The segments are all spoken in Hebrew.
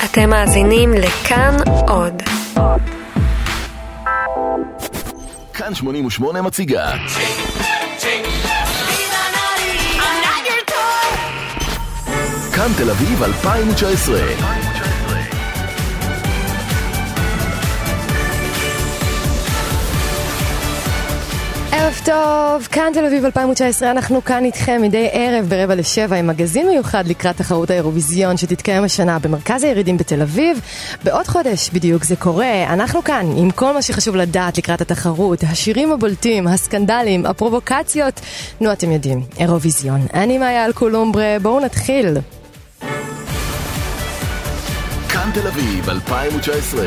אתם מאזינים לכאן עוד. כאן 88 מציגה כאן תל אביב 2019. ערב טוב, כאן תל אביב 2019, אנחנו כאן איתכם מדי ערב ברבע לשבע עם מגזין מיוחד לקראת תחרות האירוויזיון שתתקיים השנה במרכז הירידים בתל אביב. בעוד חודש בדיוק זה קורה, אנחנו כאן עם כל מה שחשוב לדעת לקראת התחרות, השירים הבולטים, הסקנדלים, הפרובוקציות. נו, אתם יודעים, אירוויזיון. אני מאיה אלקולומברה, בואו נתחיל. כאן תל אביב 2019.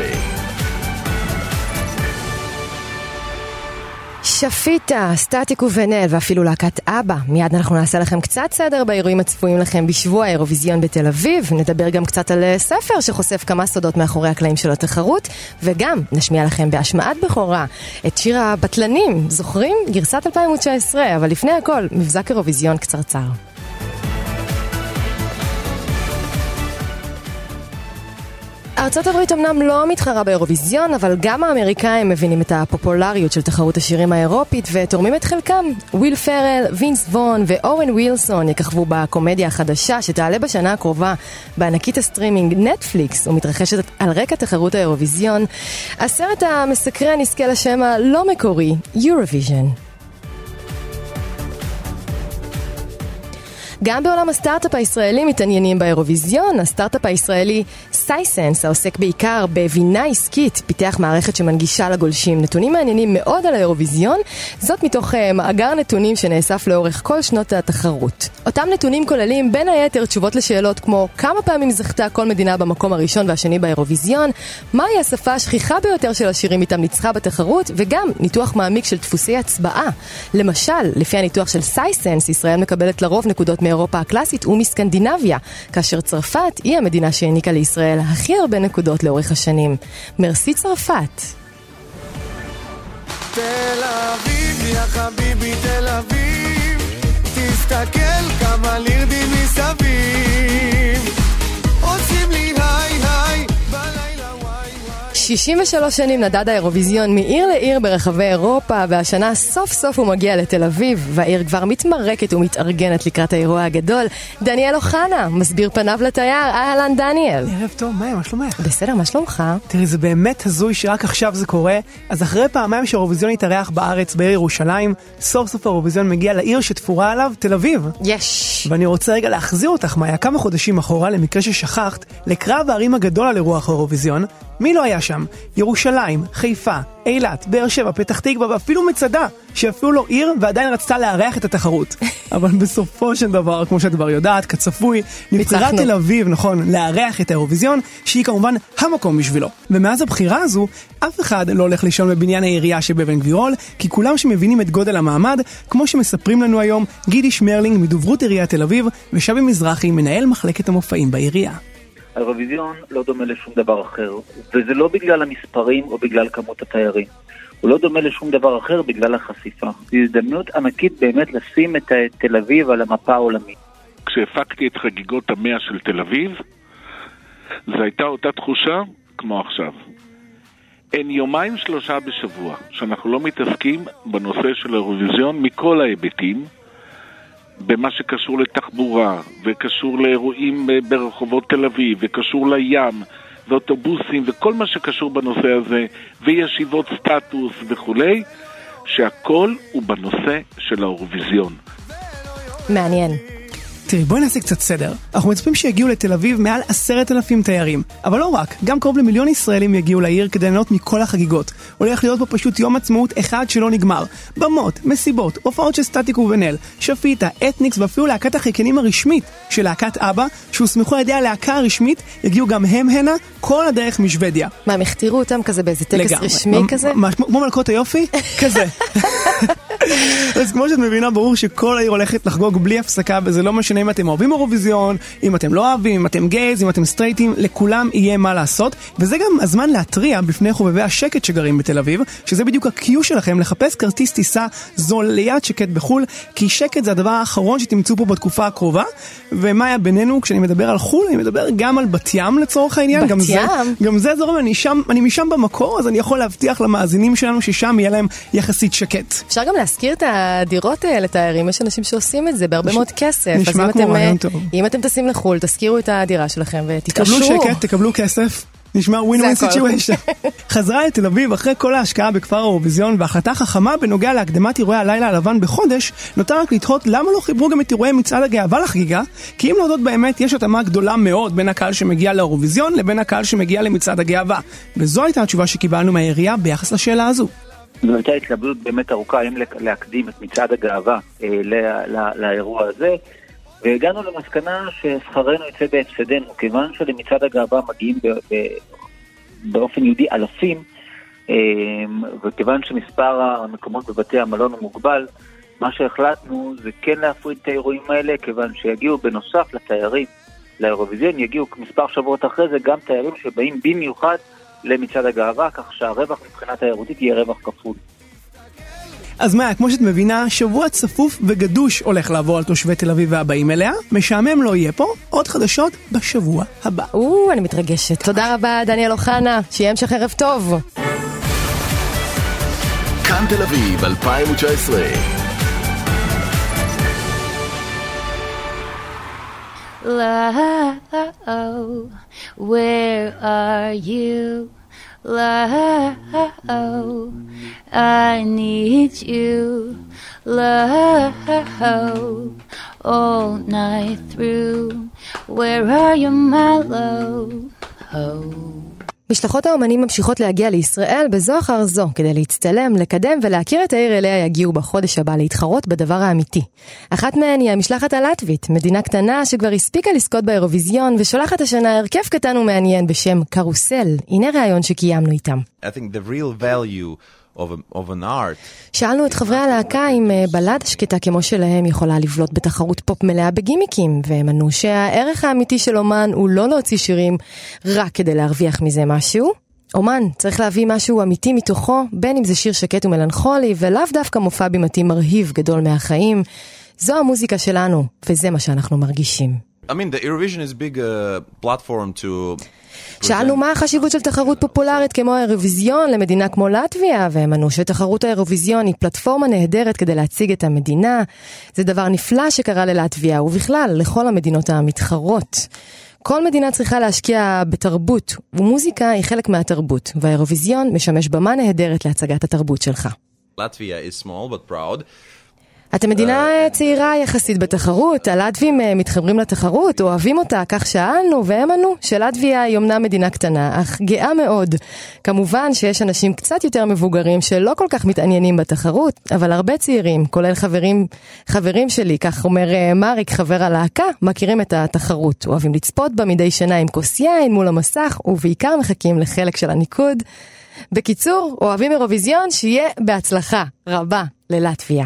שפיטה, סטטיק ובנל ואפילו להקת אבא. מיד אנחנו נעשה לכם קצת סדר באירועים הצפויים לכם בשבוע האירוויזיון בתל אביב. נדבר גם קצת על ספר שחושף כמה סודות מאחורי הקלעים של התחרות, וגם נשמיע לכם בהשמעת בכורה את שיר הבטלנים. זוכרים? גרסת 2019, אבל לפני הכל מבזק אירוויזיון קצרצר. ארצות הברית אמנם לא מתחרה באירוויזיון, אבל גם האמריקאים מבינים את הפופולריות של תחרות השירים האירופית ותורמים את חלקם. וויל פרל, וינס וון ואורן ווילסון יככבו בקומדיה החדשה שתעלה בשנה הקרובה בענקית הסטרימינג נטפליקס ומתרחשת על רקע תחרות האירוויזיון. הסרט המסקרן יזכה לשם הלא מקורי, יורוויז'ן. גם בעולם הסטארט-אפ הישראלי מתעניינים באירוויזיון. הסטארט-אפ הישראלי סייסנס, העוסק בעיקר בבינה עסקית, פיתח מערכת שמנגישה לגולשים נתונים מעניינים מאוד על האירוויזיון, זאת מתוך מאגר נתונים שנאסף לאורך כל שנות התחרות. אותם נתונים כוללים בין היתר תשובות לשאלות כמו כמה פעמים זכתה כל מדינה במקום הראשון והשני באירוויזיון, מהי השפה השכיחה ביותר של השירים איתם ניצחה בתחרות, וגם ניתוח מעמיק של דפוסי הצבעה. למשל, לפי הניתוח של סייסנס, ישראל מקבלת לרוב נקודות מאירופה הקלאסית ומסקנדינביה, כאשר צרפת היא המדינה שהעניקה לישראל הכי הרבה נקודות לאורך השנים. מרסי צרפת. תל אביב, יא חביבי תל אביב, תסתכל כמה לירדים מסביב, עושים לי היי היי בלילה וואי וואי. 63 שנים נדד האירוויזיון מעיר לעיר ברחבי אירופה, והשנה סוף סוף הוא מגיע לתל אביב, והעיר כבר מתמרקת ומתארגנת לקראת האירוע הגדול. דניאל אוחנה, מסביר פניו לתייר. אהלן דניאל. ערב טוב, מה שלומך? בסדר, מה שלומך? תראי, זה באמת הזוי שרק עכשיו זה קורה. אז אחרי פעמיים שהאירוויזיון התארח בארץ, בעיר ירושלים, סוף סוף האירוויזיון מגיע לעיר שתפורה עליו, תל אביב. יש. ואני רוצה רגע להחזיר אותך, מאיה, כמה חודשים אחורה, למקרה ששכחת, לקרב הערים הגדול על אירוח האירוויזיון. מי לא היה שם? ירושלים, חיפה, אילת, באר שבע, פתח תקווה ואפילו מצדה, שאפילו לא עיר ועדיין רצתה לארח את התחרות. אבל בסופו של דבר, כמו שאת כבר יודעת, כצפוי, נבחרה תל אביב, נכון, לארח את האירוויזיון, שהיא כמובן המקום בשבילו. ומאז הבחירה הזו, אף אחד לא הולך לישון בבניין העירייה שבבן גבירול, כי כולם שמבינים את גודל המעמד, כמו שמספרים לנו היום גידי שמרלינג מדוברות עיריית תל אביב, ושבי מזרחי, מנהל מחלקת המופעים בעירייה. האירוויזיון לא דומה לשום דבר אחר, וזה לא בגלל המספרים או בגלל כמות התיירים. הוא לא דומה לשום דבר אחר בגלל החשיפה. זו הזדמנות ענקית באמת לשים את תל אביב על המפה העולמית. כשהפקתי את חגיגות 100 של תל אביב, זו הייתה אותה תחושה כמו עכשיו. אין יומיים 3 בשבוע שאנחנו לא מתעסקים בנושא של האירוויזיון מכל ההיבטים, במה שקשור לתחבורה, וקשור לאירועים ברחובות תל אביב, וקשור לים, ואוטובוסים, וכל מה שקשור בנושא הזה, וישיבות סטטוס וכולי, שהכל הוא בנושא של האירוויזיון. מעניין. תראי, בואי נעשה קצת סדר. אנחנו מצפים שיגיעו לתל אביב מעל 10,000 תיירים. אבל לא רק, גם קרוב ל1,000,000 ישראלים יגיעו לעיר כדי ליהנות מכל החגיגות. הולך להיות פה פשוט יום עצמאות אחד שלא נגמר. במות, מסיבות, הופעות של סטטיק ובנל, שפיטה, אתניקס ואפילו להקת החיקנים הרשמית של להקת אבא, שהוסמכו על ידי הלהקה הרשמית, יגיעו גם הם הנה כל הדרך משוודיה. מה, הם הכתירו אותם כזה באיזה טקס רשמי כזה? כמו מלכות היופי? כזה. אז כמו שאת מבינה, ברור שכל העיר הולכת לחגוג בלי הפסקה, וזה לא משנה אם אתם אוהבים אירוויזיון, אם אתם לא אוהבים, אם אתם גייז, אם אתם סטרייטים, לכולם יהיה מה לעשות, וזה גם הזמן להתריע בפני חובבי השקט שגרים בתל אביב, שזה בדיוק הקיו שלכם לחפש כרטיס טיסה זול ליד שקט בחול, כי שקט זה הדבר האחרון שתמצאו פה בתקופה הקרובה. ומה היה בינינו, כשאני מדבר על חול, אני מדבר גם על בת ים לצורך העניין, גם זה אזור, אני משם במקור, אז אני יכול להבטיח למאזינים שלנו ששם יהיה להם יחסית שקט. אפשר גם להזכיר את הדירות האלה, לתיירים, יש אנשים שעושים את זה בהרבה מאוד כסף. נשמע כמו רעיון טוב. אם אתם טסים לחול, תזכירו את הדירה שלכם ותתקשרו. תקבלו שקט, תקבלו כסף. נשמע ווין-ווין סיטואשן. חזרה לתל אביב אחרי כל ההשקעה בכפר האירוויזיון והחלטה חכמה בנוגע להקדמת אירועי הלילה הלבן בחודש, נותר רק לתהות למה לא חיברו גם את אירועי מצעד הגאווה לחגיגה, כי אם להודות באמת יש התאמה גדולה מאוד בין הקהל שמגיע לאירוויזיון לבין הקהל שמגיע למצעד הגאווה. וזו הייתה התשובה שקיבלנו מהעירייה ביחס לשאלה הזו. זו הייתה התלבטות באמת ארוכה אם להקדים את מצעד הגאווה לאירוע הזה, והגענו למסקנה ששכרנו יצא בהפסדנו, כיוון שלמצעד הגאווה מגיעים באופן יהודי אלפים, וכיוון שמספר המקומות בבתי המלון הוא מוגבל, מה שהחלטנו זה כן להפריד את האירועים האלה, כיוון שיגיעו בנוסף לתיירים, לאירוויזיון, יגיעו מספר שבועות אחרי זה גם תיירים שבאים במיוחד למצעד הגאווה, כך שהרווח מבחינת תיירותית יהיה רווח כפול. אז מה, כמו שאת מבינה, שבוע צפוף וגדוש הולך לעבור על תושבי תל אביב והבאים אליה. משעמם לא יהיה פה, עוד חדשות בשבוע הבא. אני מתרגשת. תודה רבה, דניאל אוחנה. שיהיה המשך ערב טוב. כאן תל אביב 2019. Where are you? Love, I need you. Love, all night through. Where are you, my love? משלחות האומנים ממשיכות להגיע לישראל בזו אחר זו, כדי להצטלם, לקדם ולהכיר את העיר אליה יגיעו בחודש הבא להתחרות בדבר האמיתי. אחת מהן היא המשלחת הלטבית, מדינה קטנה שכבר הספיקה לזכות באירוויזיון, ושולחת השנה הרכב קטן ומעניין בשם קרוסל. הנה ראיון שקיימנו איתם. I think the real value of an art. שאלנו את חברי הלהקה אם בלדה שקטה כמו שלהם יכולה לבלוט בתחרות פופ מלאה בגימיקים, והם ענו שהערך האמיתי של אומן הוא לא להוציא שירים רק כדי להרוויח מזה משהו. אומן צריך להביא משהו אמיתי מתוכו, בין אם זה שיר שקט ומלנכולי, ולאו דווקא מופע בימתי מרהיב גדול מהחיים. זו המוזיקה שלנו, וזה מה שאנחנו מרגישים. I mean, the Eurovision is big platform to... שאלנו מה החשיבות של תחרות פופולרית כמו האירוויזיון למדינה כמו לטביה, והם ענו שתחרות האירוויזיון היא פלטפורמה נהדרת כדי להציג את המדינה. זה דבר נפלא שקרה ללטביה, ובכלל לכל המדינות המתחרות. כל מדינה צריכה להשקיע בתרבות, ומוזיקה היא חלק מהתרבות, והאירוויזיון משמש במה נהדרת להצגת התרבות שלך. Latvia is small but proud. אתם מדינה צעירה יחסית בתחרות, הלטבים מתחברים לתחרות, אוהבים אותה, כך שאלנו והם ענו שלטביה היא אומנם מדינה קטנה, אך גאה מאוד. כמובן שיש אנשים קצת יותר מבוגרים שלא כל כך מתעניינים בתחרות, אבל הרבה צעירים, כולל חברים שלי, כך אומר מריק, חבר הלהקה, מכירים את התחרות, אוהבים לצפות בה מדי שנה עם כוס יין מול המסך, ובעיקר מחכים לחלק של הניקוד. בקיצור, אוהבים אירוויזיון, שיהיה בהצלחה רבה ללטביה.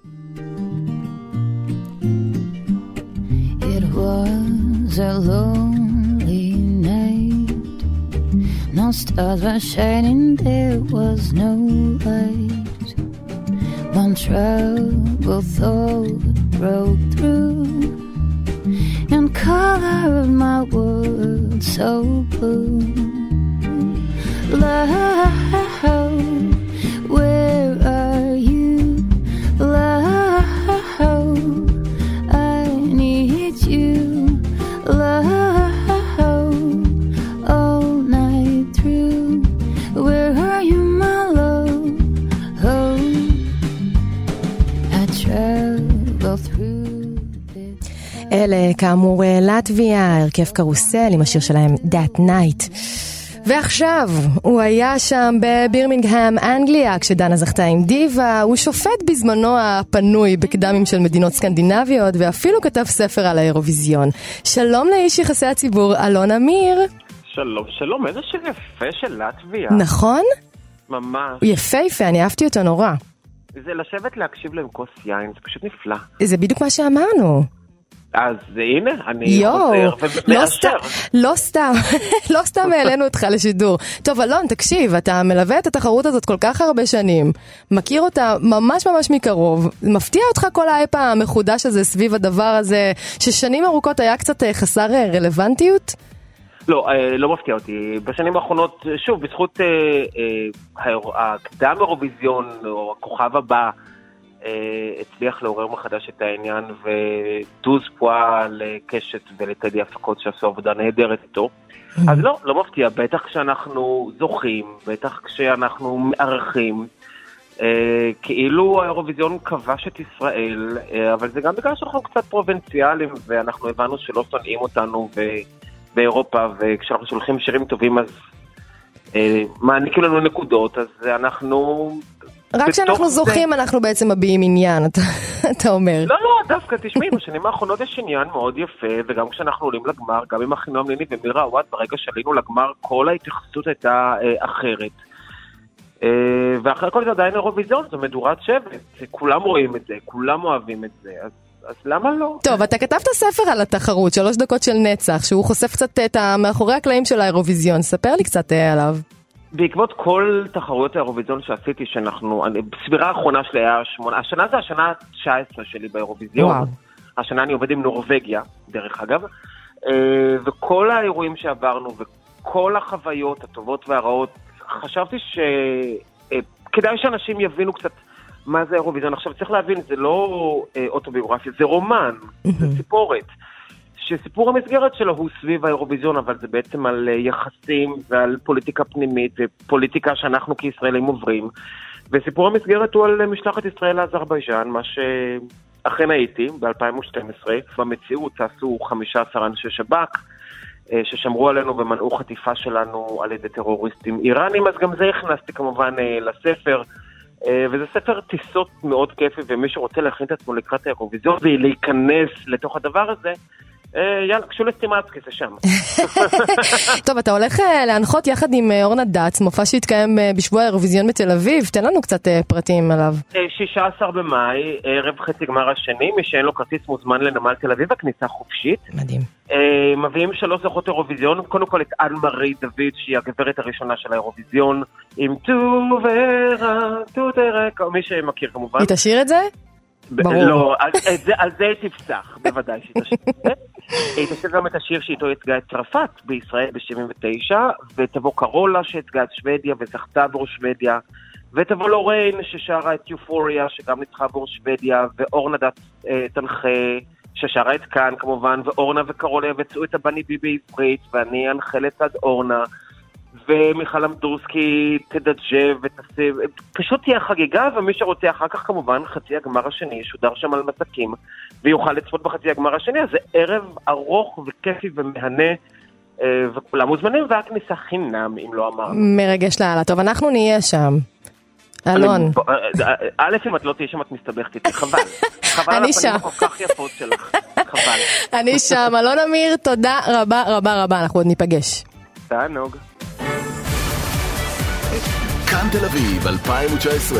It was a lonely night. No stars were shining, there was no light. One troubled thought broke through and colored my world so blue. Love, where are you? Love, I need you. Love, all night through. Where are you, my love? Oh, I travel through it. אלה כאמור לטביה, הרכב קרוסל עם השיר שלהם That Night. ועכשיו, הוא היה שם בבירמינגהם, אנגליה, כשדנה זכתה עם דיבה, הוא שופט בזמנו הפנוי בקדמים של מדינות סקנדינביות, ואפילו כתב ספר על האירוויזיון. שלום לאיש יחסי הציבור, אלון אמיר. שלום, שלום, איזה שיר יפה של לטביה. נכון? ממש. יפה, אני אהבתי אותו נורא. זה לשבת להקשיב להם כוס יין, זה פשוט נפלא. זה בדיוק מה שאמרנו. אז הנה, אני חוזר ומאשר. לא סתם העלינו אותך לשידור. טוב, אלון, תקשיב, אתה מלווה את התחרות הזאת כל כך הרבה שנים, מכיר אותה ממש ממש מקרוב, מפתיע אותך כל האייפ המחודש הזה סביב הדבר הזה, ששנים ארוכות היה קצת חסר רלוונטיות? לא, לא מפתיע אותי. בשנים האחרונות, שוב, בזכות הקדם אירוויזיון, או הכוכב הבא, הצליח לעורר מחדש את העניין, ודוז פועה לקשת ולטדי הפקות שעשו עבודה נהדרת איתו. אז לא מפתיע, בטח כשאנחנו זוכים, בטח כשאנחנו מארחים, כאילו האירוויזיון כבש את ישראל, אבל זה גם בגלל שאנחנו קצת פרובינציאליים, ואנחנו הבנו שלא שונאים אותנו באירופה, וכשאנחנו שולחים שירים טובים אז מעניקים לנו נקודות, אז אנחנו... רק כשאנחנו זוכים אנחנו בעצם מביעים עניין, אתה אומר. לא, דווקא תשמעי, בשנים האחרונות יש עניין מאוד יפה, וגם כשאנחנו עולים לגמר, גם עם אחינועם ניני ומירה עווד, ברגע שעלינו לגמר, כל ההתייחסות הייתה אחרת. ואחרי כל זה עדיין אירוויזיון, זו מדורת שבט, כולם רואים את זה, כולם אוהבים את זה, אז למה לא? טוב, אתה כתבת ספר על התחרות, 3 דקות של נצח, שהוא חושף קצת את מאחורי הקלעים של האירוויזיון, ספר לי קצת עליו. בעקבות כל תחרויות האירוויזיון שעשיתי, בסבירה האחרונה שלי היה 8, השנה זה השנה 19 שלי באירוויזיון. וואו. השנה אני עובד עם נורווגיה, דרך אגב, וכל האירועים שעברנו, וכל החוויות הטובות והרעות, חשבתי שכדאי שאנשים יבינו קצת מה זה אירוויזיון. עכשיו צריך להבין, זה לא אוטוביוגרפיה, זה רומן, זה סיפורת. שסיפור המסגרת שלו הוא סביב האירוויזיון, אבל זה בעצם על יחסים ועל פוליטיקה פנימית ופוליטיקה שאנחנו כישראלים עוברים. וסיפור המסגרת הוא על משלחת ישראל לאזרבייג'אן, מה שאכן הייתי ב-2012. במציאות עשו 15 אנשי שב"כ ששמרו עלינו ומנעו חטיפה שלנו על ידי טרוריסטים איראנים, אז גם זה הכנסתי כמובן לספר. וזה ספר טיסות מאוד כיפי, ומי שרוצה להכין את עצמו לקראת האירוויזיון ולהיכנס לתוך הדבר הזה, יאללה, קשו לסטימצקי, זה שם. טוב, אתה הולך להנחות יחד עם אורנה דץ, מופע שהתקיים בשבוע האירוויזיון בתל אביב, תן לנו קצת פרטים עליו. 16 במאי, ערב חצי גמר השני, מי שאין לו כרטיס מוזמן לנמל תל אביב, הכניסה חופשית. מדהים. מביאים 3 זוכות אירוויזיון, קודם כל את אן-מארי דוד, שהיא הגברת הראשונה של האירוויזיון, עם טו תרק, מי שמכיר כמובן. היא תשאיר את זה? ברור. לא, על זה היא תפסח, בוודאי שהיא תשאיר את זה. היא תשאיר גם את השיר שאיתו יצגה את צרפת בישראל ב-79, ותבוא קרולה שהצגה את שוודיה וזכתה עבור שוודיה, ותבוא לוריין ששרה את יופוריה שגם ניצחה עבור שוודיה, ואורנה דץ תנחה ששרה את כאן כמובן, ואורנה וקרולה יבצעו את הבני בי בעברית, ואני אנחה לצד אורנה, ומיכל אמדורסקי תדג'ב ותעשה, פשוט תהיה חגיגה, ומי שרוצה אחר כך כמובן חצי הגמר השני ישודר שם על מסקים, ויוכל לצפות בחצי הגמר השני. אז זה ערב ארוך וכיפי ומהנה, וכולם מוזמנים, והכניסה חינם אם לא אמרנו. מרגש לעלה. טוב, אנחנו נהיה שם. אלון. א', אם את לא תהיה שם את מסתבכת איתי, חבל. חבל על הפנים הכל כך יפות שלך, חבל. אני שם. אלון אמיר, תודה רבה רבה רבה, אנחנו עוד ניפגש. תענוג. כאן תל אביב 2019.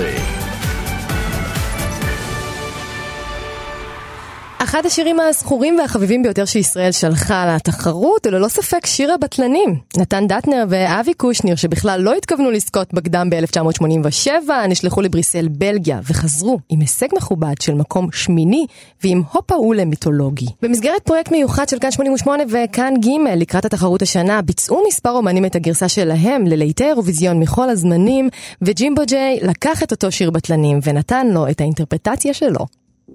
אחד השירים הזכורים והחביבים ביותר שישראל שלחה לתחרות הוא ללא ספק שיר הבטלנים. נתן דטנר ואבי קושניר, שבכלל לא התכוונו לזכות בקדם ב-1987, נשלחו לבריסל בלגיה וחזרו עם הישג מכובד של מקום שמיני ועם הופאולה מיתולוגי. במסגרת פרויקט מיוחד של כאן 88 וכאן ג' לקראת התחרות השנה ביצעו מספר אומנים את הגרסה שלהם ללהיטי אירוויזיון מכל הזמנים, וג'ימבו ג'יי לקח את אותו שיר בטלנים ונתן לו את האינטרפרטציה שלו.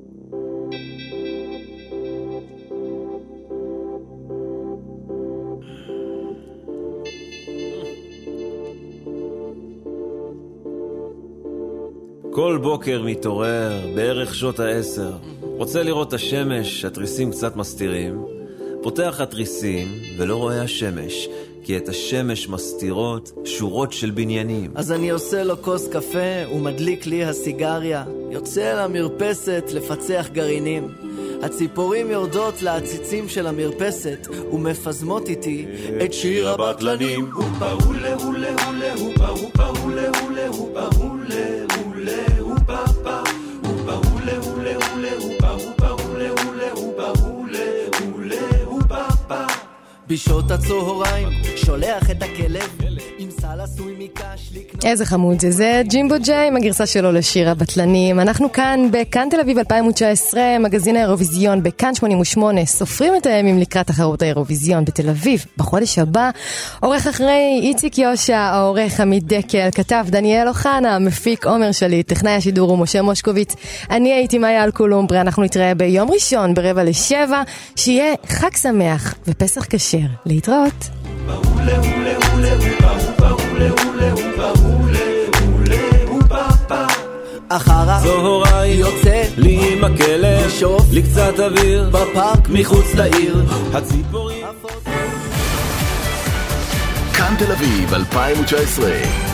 כל בוקר מתעורר בערך שעות 10, רוצה לראות את השמש, התריסים קצת מסתירים, פותח התריסים ולא רואה השמש, כי את השמש מסתירות שורות של בניינים. אז אני עושה לו כוס קפה ומדליק לי הסיגריה, יוצא למרפסת לפצח גרעינים. הציפורים יורדות לעציצים של המרפסת ומפזמות איתי את שיר הבטלנים. הופה הולה הולה הולה הופה הולה הולה הולה הופה הולה הולה בשעות הצהריים שולח את הכלב עם סל עשוי מקש לקנות. איזה חמוד זה ג'ימבו ג'יי עם הגרסה שלו לשיר הבטלנים. אנחנו כאן בכאן תל אביב 2019, מגזין האירוויזיון בכאן 88, סופרים את הימים לקראת תחרות האירוויזיון בתל אביב בחודש הבא. עורך אחרי איציק יושע, העורך עמית דקל, כתב דניאל אוחנה, מפיק עומר שליט, טכנאי השידור הוא משה מושקוביץ, אני הייתי מאיה אלקולומברה. אנחנו נתראה ביום ראשון ב6:45. שיהיה חג שמח ופסח כשר. להתראות. אחר צהריים יוצא לי עם הכלב לשאוף לי קצת אוויר בפארק מחוץ לעיר הציפורים. כאן תל אביב 2019